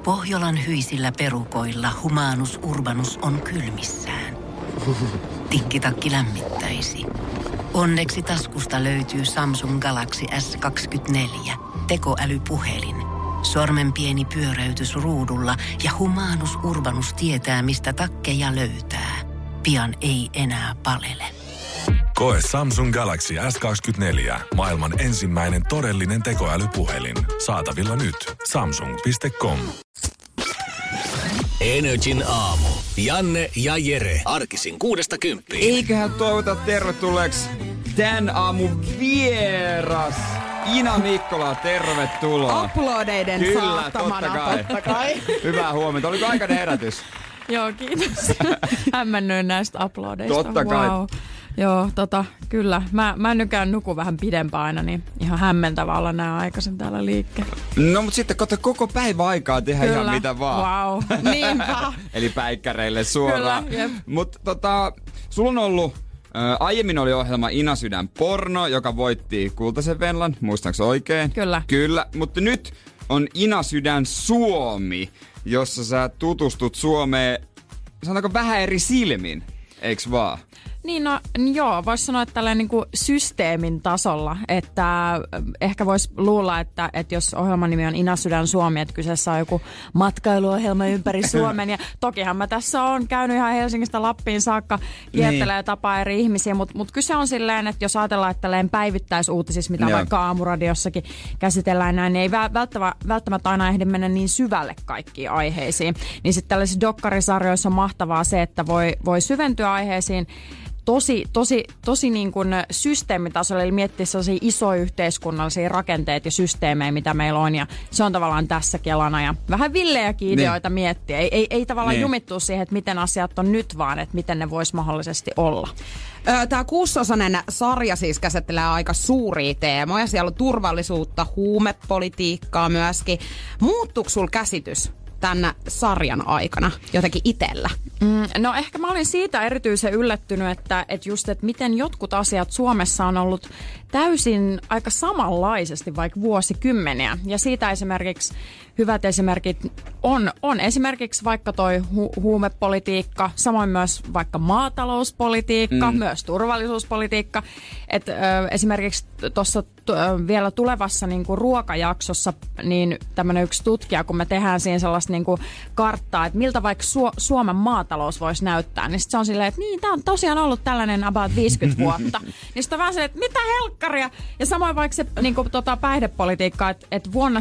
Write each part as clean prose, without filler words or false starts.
Pohjolan hyisillä perukoilla Humanus Urbanus on kylmissään. Tikkitakki lämmittäisi. Onneksi taskusta löytyy Samsung Galaxy S24. Tekoälypuhelin. Sormen pieni pyöräytys ruudulla ja Humanus Urbanus tietää, mistä takkeja löytää. Pian ei enää palele. Koe Samsung Galaxy S24. Maailman ensimmäinen todellinen tekoälypuhelin. Saatavilla nyt. Samsung.com. Energin aamu. Janne ja Jere. Arkisin 6–10. Eiköhän toivota tervetulleeksi tän aamun vieras. Ina Mikkola, tervetuloa. Aplodeiden saattamana, totta kai. Hyvää huomenta. Oliko aikainen herätys? Joo, kiitos. Hämmennyin näistä aplodeista. Totta kai. Wow. Joo, kyllä. Mä nykään nuku vähän pidempään aina, niin ihan hämmentävää olla näin aikaisin täällä liikkeellä. No, mutta sitten koko päivä aikaa tehdä kyllä. Ihan mitä vaan. Wow, niinpä. Eli päikkäreille suoraan. Kyllä, jep. Mutta sulla on ollut, aiemmin oli ohjelma Ina Sydän Porno, joka voitti Kultaisen Venlan, muistaaks oikein? Kyllä. Kyllä, mutta nyt on Ina Sydän Suomi, jossa sä tutustut Suomeen, sanotaanko vähän eri silmin, eiks vaan? Niin, no joo, voisi sanoa, että tällainen niin kuin systeemin tasolla, että ehkä voisi luulla, että jos ohjelman nimi on Ina Sydän Suomi, että kyseessä on joku matkailuohjelma ympäri Suomen, ja tokihan mä tässä oon käynyt ihan Helsingistä Lappiin saakka, kiertelee ja tapaa eri ihmisiä, mutta kyse on silleen, että jos ajatellaan, että tälleen päivittäisuutisissa, mitä vaikka Aamuradiossakin käsitellään näin, niin ei välttämättä aina ehdi mennä niin syvälle kaikkiin aiheisiin. Niin sitten tällaisissa dokkarisarjoissa on mahtavaa se, että voi syventyä aiheisiin tosi niin kuin systeemitasolla, eli miettiä sellaisia isoja yhteiskunnallisia rakenteita ja systeemejä, mitä meillä on, ja se on tavallaan tässä kelana, ja vähän villejäkin ideoita miettiä. Ei tavallaan jumittua siihen, että miten asiat on nyt, vaan että miten ne vois mahdollisesti olla. Tämä 6-osainen sarja siis käsittelee aika suuria teemoja. Siellä on turvallisuutta, huumepolitiikkaa myöskin. Muuttuuko sulla käsitys tämän sarjan aikana jotenkin itsellä? No ehkä mä olin siitä erityisen yllättynyt, että miten jotkut asiat Suomessa on ollut täysin aika samanlaisesti vaikka vuosikymmeniä. Ja siitä esimerkiksi hyvät esimerkit on esimerkiksi vaikka toi huumepolitiikka, samoin myös vaikka maatalouspolitiikka, myös turvallisuuspolitiikka. Esimerkiksi tuossa vielä tulevassa niinku ruokajaksossa niin tämmöinen yksi tutkija, kun me tehdään siinä sellaista niinku karttaa, että miltä vaikka Suomen maatalous voisi näyttää, niin sit se on silleen, että niin, tää on tosiaan ollut tällainen about 50 vuotta. Niin sit on vähän silleen, että mitä helkkaria? Ja samoin vaikka se niinku, päihdepolitiikka, että vuonna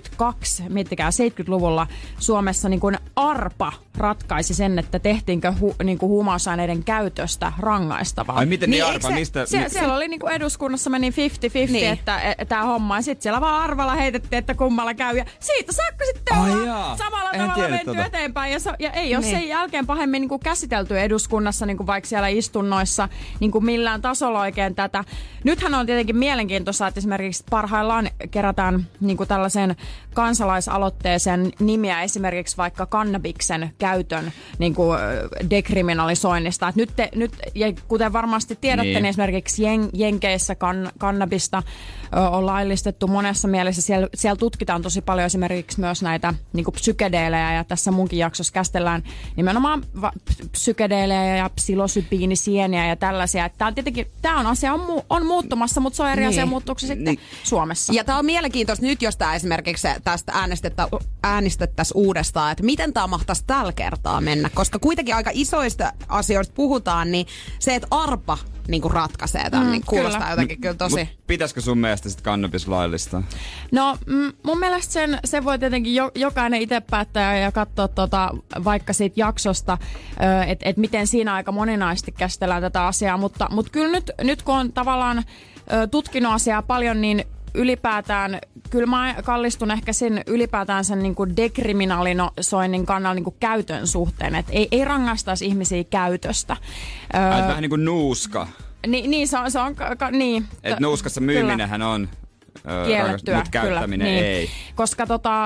72, miettikää 70-luvulla Suomessa niinku ARPA ratkaisi sen, että tehtiinkö niinku huumausaineiden käytöstä rangaistavaa. Ai miten niin ARPA? Mistä? Siellä oli niinku eduskunnassa meni 50-50, niin. Että tämä homma. Ja sitten siellä vaan arvalla heitettiin, että kummalla käy. Ja siitä saakka sitten samalla tavalla menty eteenpäin. Ja ei ole sen jälkeen pahemmin niinku käsitelty eduskunnassa, niinku vaikka siellä istunnoissa, niinku millään tasolla oikein tätä. Nythän on tietenkin mielenkiintoista, että esimerkiksi parhaillaan kerätään niinku tällaisen kansalaisaloitteeseen nimiä esimerkiksi vaikka kannabiksen käytön niinku dekriminalisoinnista. Et nyt, ja kuten varmasti tiedätte, niin esimerkiksi Jenkeissä kannabista on laillistettu monessa mielessä. Siellä tutkitaan tosi paljon esimerkiksi myös näitä niinku psykedeelejä, ja tässä munkin jaksossa käsitellään nimenomaan psykedeelejä ja psilosybiinisieniä ja tällaisia. Tämä on asia on muuttumassa, mutta se on eri asia, muuttuuko se sitten Suomessa. Ja tämä on mielenkiintoista nyt, jos tämä esimerkiksi tästä äänestettäisiin uudestaan, että miten tämä mahtaisi tällä kertaa mennä, koska kuitenkin aika isoista asioista puhutaan, niin se, että ARPA niin ratkaisee tämän, niin kuulostaa jotenkin kyllä tosi. Pitäisikö sun mielestä sitten kannabis laillista? No mun mielestä sen voi tietenkin jokainen itse päättää ja katsoa vaikka siitä jaksosta, että miten siinä aika moninaisesti käsitellään tätä asiaa, mutta kyllä nyt kun on tavallaan tutkinut asiaa paljon, niin ylipäätään, kyllä mä kallistun ehkä ylipäätään sen niin kuin dekriminalisoinnin kannalla niin kuin käytön suhteen, että ei rangaistaisi ihmisiä käytöstä. Vähän niin kuin nuuska. Niin, se on niin. Että nuuskassa myyminenhän on kiellettyä, mutta käyttäminen kyllä, ei. Niin. Koska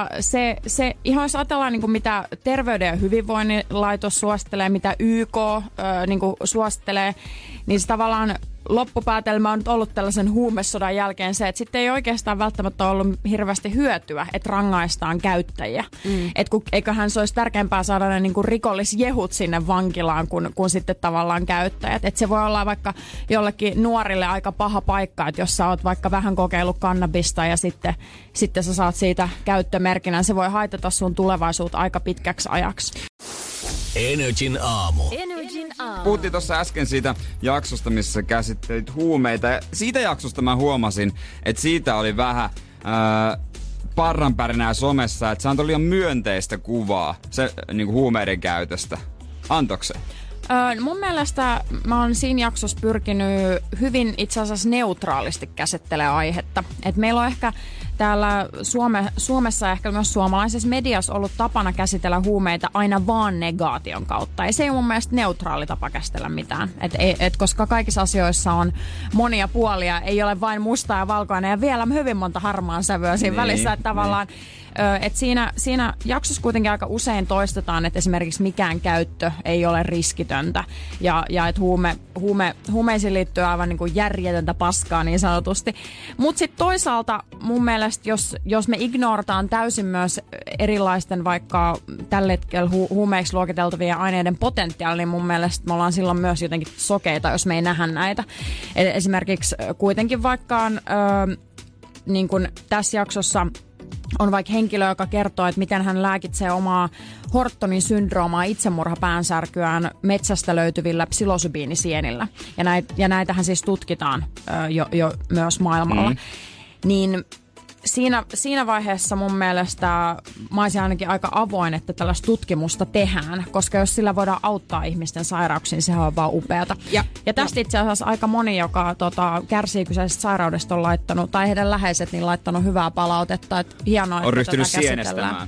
se ihan jos ajatellaan niin kuin mitä Terveyden ja hyvinvoinnin laitos suosittelee, mitä YK niin kuin suosittelee, niin se tavallaan loppupäätelmä on nyt ollut tällaisen huumesodan jälkeen se, että sitten ei oikeastaan välttämättä ollut hirveästi hyötyä, että rangaistaan käyttäjiä. Että eiköhän se olisi tärkeämpää saada ne niinku rikollisjehut sinne vankilaan kuin sitten tavallaan käyttäjät. Että se voi olla vaikka jollekin nuorille aika paha paikka, että jos sä oot vaikka vähän kokeillut kannabista ja sitten sä saat siitä käyttömerkinnän, se voi haitata sun tulevaisuutta aika pitkäksi ajaksi. Energin aamu. Puhuttiin tuossa äsken siitä jaksosta, missä käsittelit huumeita. Ja siitä jaksosta mä huomasin, että siitä oli vähän parranpärinää somessa, että se antoi liian myönteistä kuvaa se, niinku huumeiden käytöstä. Antoiko se? Mun mielestä mä oon siinä jaksossa pyrkinyt hyvin itse asiassa neutraalisti käsittelemään aihetta. Et meillä on ehkä täällä Suomessa ja ehkä myös suomalaisessa mediassa ollut tapana käsitellä huumeita aina vaan negaation kautta. Ja se ei mun mielestä neutraali tapa käsitellä mitään. Koska kaikissa asioissa on monia puolia, ei ole vain musta ja valkoinen ja vielä hyvin monta harmaan sävyä siinä välissä. Että tavallaan et siinä jaksossa kuitenkin aika usein toistetaan, että esimerkiksi mikään käyttö ei ole riskitöntä ja että huumeisiin liittyy aivan niin kuin järjetöntä paskaa niin sanotusti. Mutta sitten toisaalta mun mielestä, jos me ignorataan täysin myös erilaisten vaikka tällä hetkellä huumeiksi luokiteltavien aineiden potentiaali, niin mun mielestä me ollaan silloin myös jotenkin sokeita, jos me ei nähdä näitä. Esimerkiksi kuitenkin vaikka niin kuin tässä jaksossa on vaikka henkilö, joka kertoo, että miten hän lääkitsee omaa Hortonin syndroomaa itsemurhapäänsärkyään metsästä löytyvillä psilosybiinisienillä. Ja näitähän siis tutkitaan jo myös maailmalla. Niin siinä vaiheessa mun mielestä mä olisin ainakin aika avoin, että tällaista tutkimusta tehdään, koska jos sillä voidaan auttaa ihmisten sairauksiin, sehän on vaan upeata. Ja tästä itse asiassa aika moni, joka kärsii kyseisestä sairaudesta, on laittanut, tai heidän läheiset, niin laittanut hyvää palautetta, että hienoa, on että tätä sienestämään.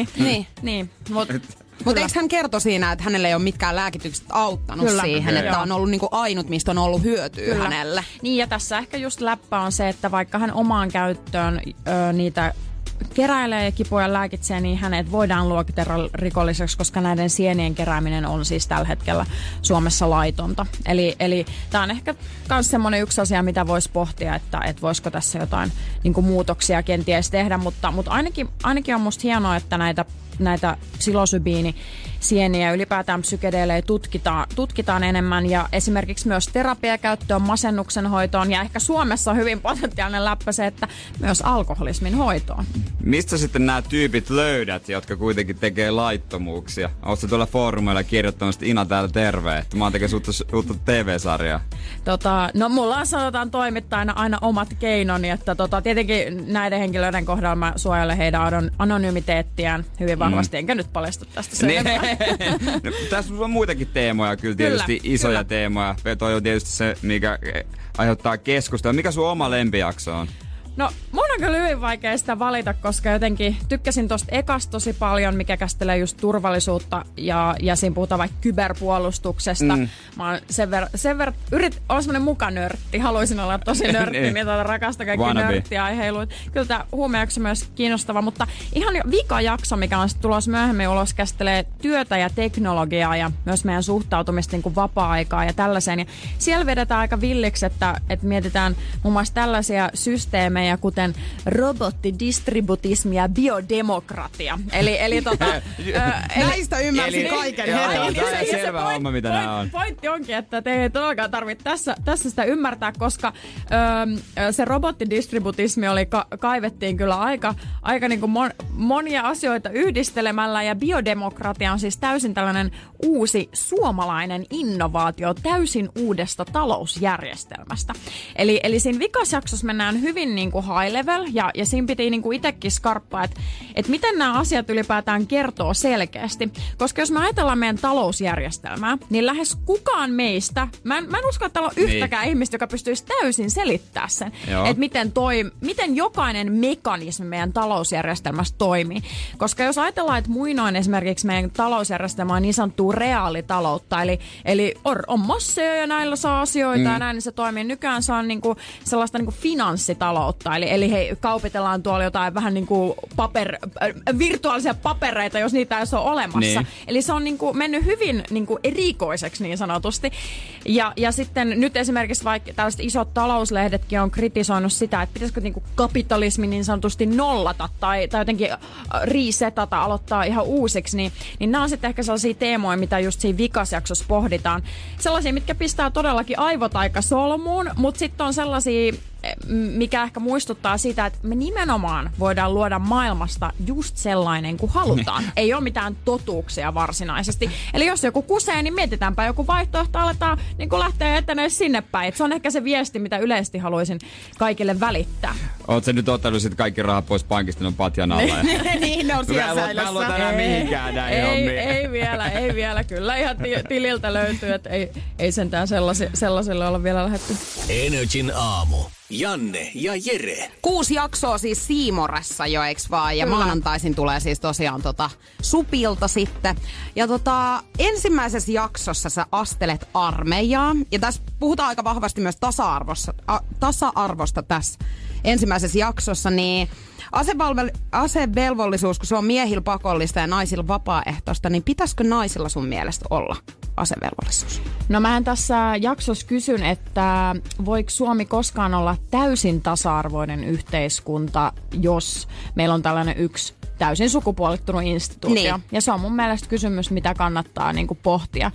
Niin. Mutta eikö hän kertoi siinä, että hänelle ei ole mitkään lääkitykset auttanut siihen, että on ollut niinku ainut, mistä on ollut hyötyä hänelle? Niin, ja tässä ehkä just läppä on se, että vaikka hän omaan käyttöön niitä keräilee ja kipuja lääkitsee, niin hänet voidaan luokitella rikolliseksi, koska näiden sienien kerääminen on siis tällä hetkellä Suomessa laitonta. Eli tämä on ehkä myös semmoinen yksi asia, mitä voisi pohtia, että voisiko tässä jotain niin kuin muutoksia kenties tehdä, mutta ainakin on musta hienoa, että näitä psilosybiinisieniä ja ylipäätään psykedeelejä tutkitaan enemmän ja esimerkiksi myös terapiakäyttöön, masennuksen hoitoon ja ehkä Suomessa on hyvin potentiaalinen läppä se, että myös alkoholismin hoitoon. Mistä sitten nämä tyypit löydät, jotka kuitenkin tekee laittomuuksia? Oletko tuolla foorumeilla kirjoittanut, että Ina täällä terve, että mä oon tekemässä uutta TV-sarjaa? No mulla on sanotaan toimittajana aina omat keinoni, että tietenkin näiden henkilöiden kohdalla mä suojelen heidän anonymiteettiään hyvin vahvasti, enkä nyt paljastu tästä sen enempää. No, tässä on muitakin teemoja, kyllä tietysti isoja teemoja. Toi on tietysti se, mikä aiheuttaa keskustelua. Mikä sun oma lempijakso on? No, mun on kyllä hyvin vaikea sitä valita, koska jotenkin tykkäsin tosta ekasta tosi paljon, mikä käsittelee just turvallisuutta ja siinä puhutaan vaikka kyberpuolustuksesta. Mä oon sen verran olla semmonen mukanörtti, haluaisin olla tosi nörtti, niin rakastan kaikki nörttiaiheiluita. Kyllä tää huumejakso myös kiinnostava, mutta ihan vika jakso, mikä on sitten tulossa myöhemmin ulos, käsittelee työtä ja teknologiaa ja myös meidän suhtautumista niin kuin vapaa-aikaa ja tällaiseen. Ja siellä vedetään aika villiksi, että mietitään muun muassa tällaisia systeemejä, kuten robottidistributismi ja biodemokratia. Eli näistä ymmärsin kaiken heti. Tämä on selvä homma, mitä nämä on. Pointti onkin, että te ei todellakaan tarvitse tässä sitä ymmärtää, koska se robottidistributismi kaivettiin kyllä aika niin kuin monia asioita yhdistelemällä, ja biodemokratia on siis täysin tällainen uusi suomalainen innovaatio täysin uudesta talousjärjestelmästä. Eli siinä vikasjaksossa mennään hyvin niin kuin high level, ja siinä piti niin kuin itsekin skarppaa, että miten nämä asiat ylipäätään kertoo selkeästi. Koska jos me ajatellaan meidän talousjärjestelmää, niin lähes kukaan meistä, mä en usko, että täällä on yhtäkään ihmistä, joka pystyisi täysin selittämään sen, että miten jokainen mekanismi meidän talousjärjestelmässä toimii. Koska jos ajatellaan, että muinoin esimerkiksi meidän talousjärjestelmä on niin sanottua reaalitaloutta, eli on masseja ja näillä saa asioita ja näin, niin se toimii. Nykyään se on niinku sellaista niinku finanssitaloutta, eli kaupitellaan tuolla jotain vähän niinku virtuaalisia papereita, jos niitä ei ole olemassa. Niin. Eli se on niinku mennyt hyvin niinku erikoiseksi niin sanotusti. Ja sitten nyt esimerkiksi vaikka tällaiset isot talouslehdetkin on kritisoinut sitä, että pitäisikö niinku kapitalismi niin sanotusti nollata tai jotenkin resetata, aloittaa ihan uusiksi, niin nämä on sitten ehkä sellaisia teemoja, mitä just siinä vikasjaksossa pohditaan. Sellaisia, mitkä pistää todellakin aivot aika solmuun, mutta sitten on sellaisia, mikä ehkä muistuttaa sitä, että me nimenomaan voidaan luoda maailmasta just sellainen kuin halutaan. Ei ole mitään totuuksia varsinaisesti. Eli jos joku kusee, niin mietitäänpä joku vaihtoehto, aletaan niin lähteä eteneen sinne päin. Et se on ehkä se viesti, mitä yleisesti haluaisin kaikille välittää. Oot sä nyt ottanut sit kaikki rahat pois pankista, ne on patjan alla? Niin, ne on siellä säilössä. Mä luotan enää mihinkään näin hommiin. Ei vielä. Kyllä ihan tililtä löytyy, että ei sentään sellaiselle olla vielä lähdetty. Energin aamu. Janne ja Jere. 6 jaksoa siis C Moressa jo, eiks vaan? Ja maanantaisin tulee siis tosiaan Supilta sitten. Ja ensimmäisessä jaksossa sä astelet armeijaa. Ja tässä puhutaan aika vahvasti myös tasa-arvosta tässä ensimmäisessä jaksossa, niin asevelvollisuus, kun se on miehillä pakollista ja naisilla vapaaehtoista, niin pitäisikö naisilla sun mielestä olla asevelvollisuus? No mähän tässä jaksossa kysyn, että voiko Suomi koskaan olla täysin tasa-arvoinen yhteiskunta, jos meillä on tällainen yksi täysin sukupuolittunut instituutio. Niin. Ja se on mun mielestä kysymys, mitä kannattaa niinku pohtia.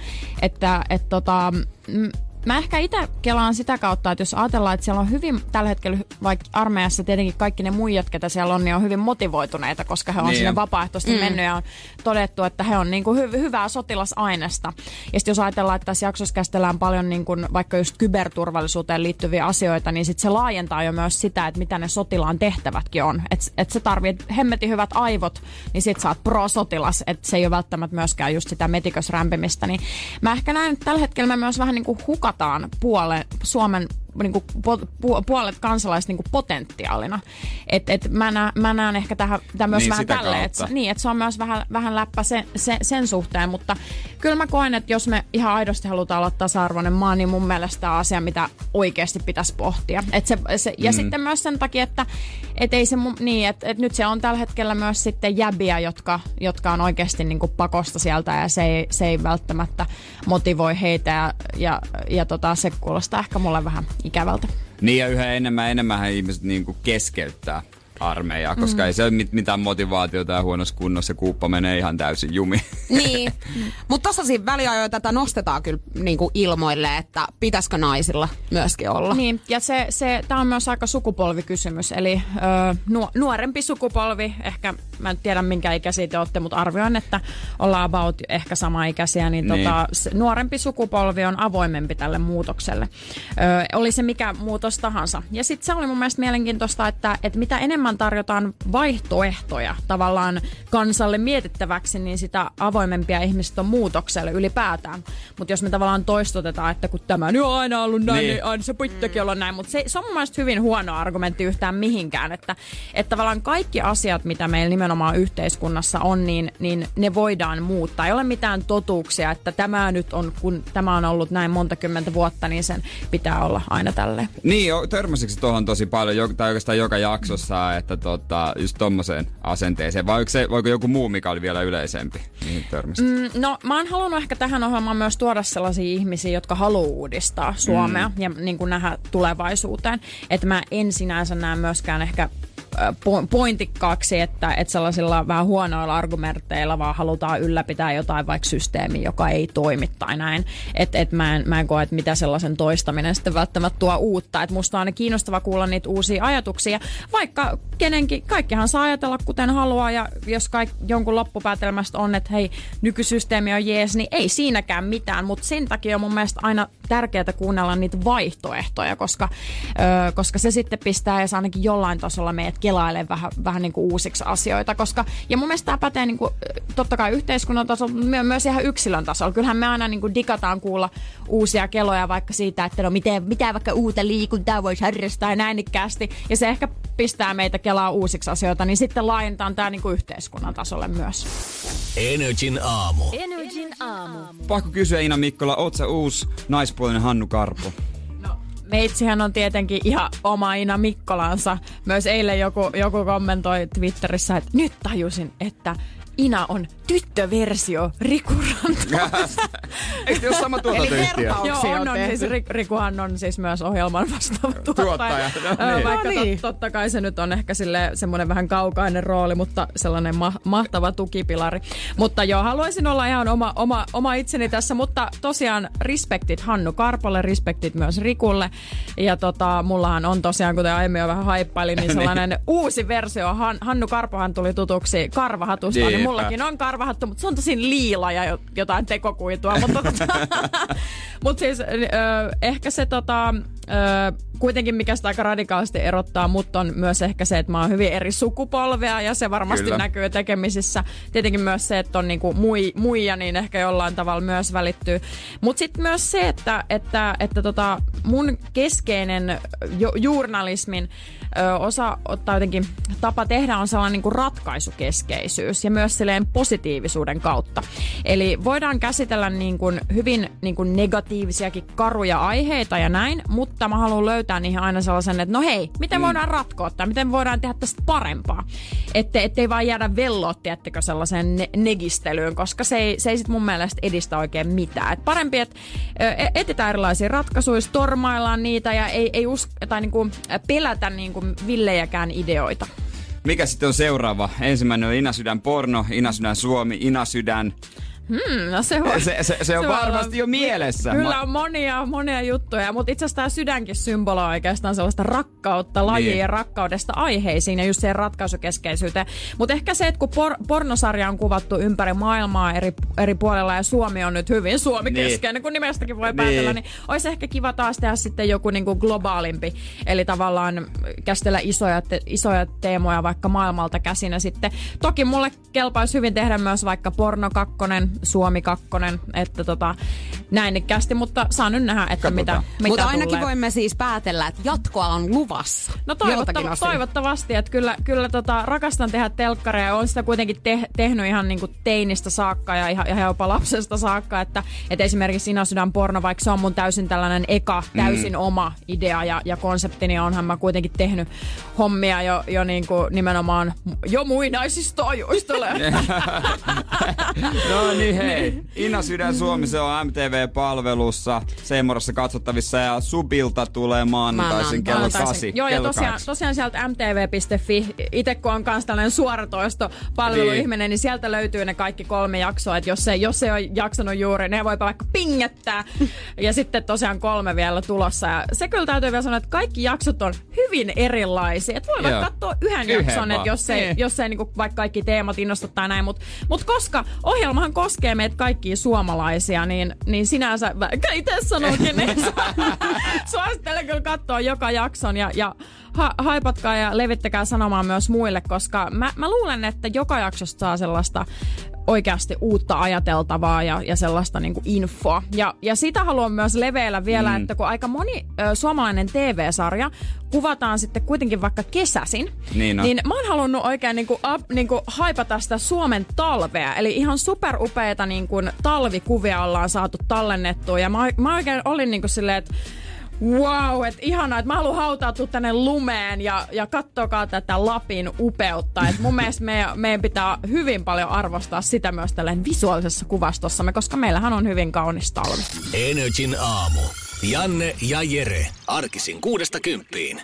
Mä ehkä itse kelaan sitä kautta, että jos ajatellaan, että siellä on hyvin tällä hetkellä, vaikka armeijassa tietenkin kaikki ne muijat, ketä siellä on, niin on hyvin motivoituneita, koska he on sinne vapaaehtoisesti mennyt ja on todettu, että he on niinku hyvää sotilasainesta. Ja sitten jos ajatellaan, että tässä jaksossa käsitellään paljon niinku vaikka just kyberturvallisuuteen liittyviä asioita, niin sitten se laajentaa jo myös sitä, että mitä ne sotilaan tehtävätkin on. Että se tarvii hemmetin hyvät aivot, niin sit sä oot pro-sotilas, että se ei ole välttämättä myöskään just sitä metikösrämpimistä. Niin mä ehkä näen, että tällä hetkellä me myös vähän niinku hukataan Suomen niinku puolet kansalaiset niinku potentiaalina. Mä näen ehkä tämä myös niin, vähän tälleen, että se on myös vähän läppä sen suhteen, mutta kyllä mä koen, että jos me ihan aidosti halutaan olla tasa-arvoinen maa, niin mun mielestä tämä on asia, mitä oikeasti pitäisi pohtia. Ja sitten myös sen takia, että ei se että nyt se on tällä hetkellä myös sitten jäbiä, jotka on oikeasti niinku pakosta sieltä ja se ei välttämättä motivoi heitä ja se kuulostaa ehkä mulle vähän ikävältä. Niin ja yhä enemmän ihmiset niinku keskeyttää armeijaa, koska ei se ole mitään motivaatiota ja huonossa kunnossa ja kuuppa menee ihan täysin jumiin. Niin, mutta tossa siinä väliajoin tätä nostetaan kyllä niinku ilmoille, että pitäisikö naisilla myöskin olla. Niin, ja tämä on myös aika sukupolvikysymys, eli nuorempi sukupolvi, ehkä mä en tiedä minkä ikäisiä te olette, mutta arvioin, että ollaan about ehkä sama-ikäisiä, niin. Nuorempi sukupolvi on avoimempi tälle muutokselle. Oli se mikä muutos tahansa. Ja sitten se oli mun mielestä mielenkiintoista, että mitä enemmän tarjotaan vaihtoehtoja tavallaan kansalle mietittäväksi, niin sitä avoimempia ihmiset on muutokselle ylipäätään. Mutta jos me tavallaan toistutetaan, että kun tämä nyt on aina ollut näin, niin aina se pitääkin olla näin. Mutta se on mun mielestä hyvin huono argumentti yhtään mihinkään. Että tavallaan kaikki asiat, mitä meillä nimenomaan yhteiskunnassa on, niin ne voidaan muuttaa. Ei ole mitään totuuksia, että tämä nyt on, kun tämä on ollut näin monta kymmentä vuotta, niin sen pitää olla aina tälleen. Niin, törmäsikö tuohon tosi paljon, tai oikeastaan joka jaksossa, että just tommoseen asenteeseen, vai voiko joku muu, mikä oli vielä yleisempi, mihin törmäsit? No, mä oon halunnut ehkä tähän ohjelmaan myös tuoda sellaisia ihmisiä, jotka haluaa uudistaa Suomea ja niin kuin nähdä tulevaisuuteen. Että mä en sinänsä näe myöskään ehkä pointikkaaksi, että sellaisilla vähän huonoilla argumenteilla vaan halutaan ylläpitää jotain vaikka systeemiä, joka ei toimi tai näin. Mä en koe, että mitä sellaisen toistaminen sitten välttämättä tuo uutta. Et musta on aina kiinnostava kuulla niitä uusia ajatuksia. Vaikka kaikkihan saa ajatella kuten haluaa ja jos jonkun loppupäätelmästä on, että hei, nykysysteemi on jees, niin ei siinäkään mitään. Mutta sen takia on mun mielestä aina tärkeää kuunnella niitä vaihtoehtoja, koska se sitten pistää ja ainakin jollain tasolla meidät kelailee vähän niin kuin uusiksi asioita, ja mun mielestä tämä pätee niin kuin, totta kai yhteiskunnan tasolla, myös ihan yksilön tasolla. Kyllähän me aina niin kuin digataan kuulla uusia keloja vaikka siitä, että no mitä vaikka uutta liikuntaa voisi harrastaa näinnikkäästi, ja se ehkä pistää meitä kelaa uusiksi asioita, niin sitten laajentaan tämä niin kuin yhteiskunnan tasolle myös. Energin aamu. Pakko kysyä, Ina Mikkola, oot sä uusi naispuolinen Hannu Karpo? meitsihän on tietenkin ihan oma Ina Mikkolansa. Myös eilen joku kommentoi Twitterissä, että nyt tajusin, että Ina on tyttöversio Riku Rantaasta. Eikö te ole sama tuotantoyhtiö? Joo, on siis Rikuhan on siis myös ohjelman vastaava tuottaja. Vaikka totta kai se nyt on ehkä semmoinen vähän kaukainen rooli, mutta sellainen mahtava tukipilari. Mutta joo, haluaisin olla ihan oma itseni tässä, mutta tosiaan respektit Hannu Karpolle, respektit myös Rikulle. Ja mullahan on tosiaan, kuten aiemmin jo vähän haippailin, niin sellainen uusi versio. Hannu Karpohan tuli tutuksi Karvahatusta, niin mullakin on karvahattu, mutta se on tosin liila ja jotain tekokuitua. Mutta siis ehkä se kuitenkin, mikä sitä aika radikaalisti erottaa mut, on myös ehkä se, että mä oon hyvin eri sukupolvea ja se varmasti näkyy tekemisissä. Tietenkin myös se, että on niinku muija, niin ehkä jollain tavalla myös välittyy. Mutta sitten myös se, että mun keskeinen journalismin osa ottaa jotenkin tapa tehdä on sellainen niinku ratkaisukeskeisyys ja myös silleen positiivisuuden kautta. Eli voidaan käsitellä niinku hyvin niinku negatiivisiakin karuja aiheita ja näin, mutta mä haluan löytää niihin aina sellaisen, että no hei, miten voidaan ratkoa tai miten voidaan tehdä tästä parempaa. Ettei vaan jäädä velloa, tiedättekö, sellaiseen negistelyyn, koska se ei sit mun mielestä edistä oikein mitään. Et parempi, että etsitään erilaisia ratkaisuja, tormaillaan niitä ja ei tai niinku pelätä niinku villejäkään ideoita. Mikä sitten on seuraava? Ensimmäinen on Inasydän porno, Inasydän Suomi, Inasydän. No se on varmasti jo mielessä. Kyllä on monia juttuja, mutta itse asiassa tämä sydänkin symboloi oikeastaan sellaista rakkautta lajiin ja rakkaudesta aiheisiin ja just siihen ratkaisukeskeisyyteen. Mutta ehkä se, että kun pornosarja on kuvattu ympäri maailmaa eri puolella ja Suomi on nyt hyvin suomikeskeinen, kun nimestäkin voi päätellä, niin olisi ehkä kiva taas tehdä sitten joku niinku globaalimpi. Eli tavallaan käsitellä isoja teemoja vaikka maailmalta käsinä sitten. Toki mulle kelpaisi hyvin tehdä myös vaikka porno 2, Suomi 2, että näinnikästi, mutta saan nyt nähdä, että mitä mutta ainakin tulee. Voimme siis päätellä, että jatkoa on luvassa. No toivottavasti, että kyllä rakastan tehdä telkkaria ja olen sitä kuitenkin tehnyt ihan niinku teinistä saakka ja ihan jopa lapsesta saakka, että esimerkiksi Inasydän porno, vaikka se on mun täysin tällainen täysin oma idea ja konsepti, niin onhan mä kuitenkin tehnyt hommia jo niinku nimenomaan jo muinaisista ajoista. No niin, hei. Inasydän Suomi, se on MTV-palvelussa, Seemorassa katsottavissa ja Subilta tulee maanantaisin kello 8. Joo, ja tosiaan sieltä mtv.fi, itse kun on kans tällainen suoratoistopalveluihminen, niin sieltä löytyy ne kaikki 3 jaksoa, että jos ei ole jaksanut juuri, ne voi vaikka pingettää. Ja sitten tosiaan 3 vielä tulossa. Ja se kyllä täytyy vielä sanoa, että kaikki jaksot on hyvin erilaisia. Että voi vaikka katsoa yhden jakson, että jos ei niinku vaikka kaikki teemat innosta tai näin, mutta koska ohjelmahan koskee meitä kaikkia suomalaisia, niin sinänsä, vaikka itse sanoinkin, niin suosittelen kyllä katsoa joka jakson ja haipatkaa ja levittäkää sanomaan myös muille, koska mä luulen, että joka jaksosta saa sellaista oikeasti uutta ajateltavaa ja sellaista niinku infoa. Ja sitä haluan myös leveillä vielä, että kun aika moni suomalainen TV-sarja kuvataan sitten kuitenkin vaikka kesäsin, niin mä oon halunnut oikein niinku haipata sitä Suomen talvea. Eli ihan superupeita niinku talvikuvia ollaan saatu tallennettua. Ja mä oikein olin niinku silleen, että wow, että ihanaa, että mä haluan hautautua tänne lumeen ja katsokaa tätä Lapin upeutta. Et mun mielestä meidän pitää hyvin paljon arvostaa sitä myös tälleen visuaalisessa kuvastossamme, koska meillähän on hyvin kaunis talvi. NRJ:n aamu. Janne ja Jere. Arkisin 6–10.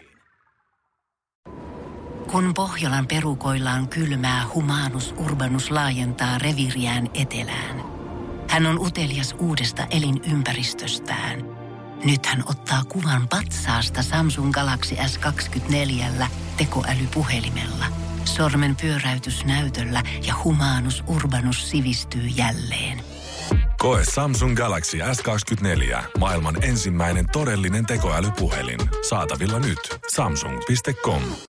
Kun Pohjolan perukoillaan kylmää, Humanus Urbanus laajentaa reviiriään etelään. Hän on utelias uudesta elinympäristöstään. Nyt hän ottaa kuvan patsaasta Samsung Galaxy S24 tekoälypuhelimella. Sormen pyöräytys näytöllä ja Humanus Urbanus sivistyy jälleen. Koe Samsung Galaxy S24. Maailman ensimmäinen todellinen tekoälypuhelin. Saatavilla nyt. Samsung.com.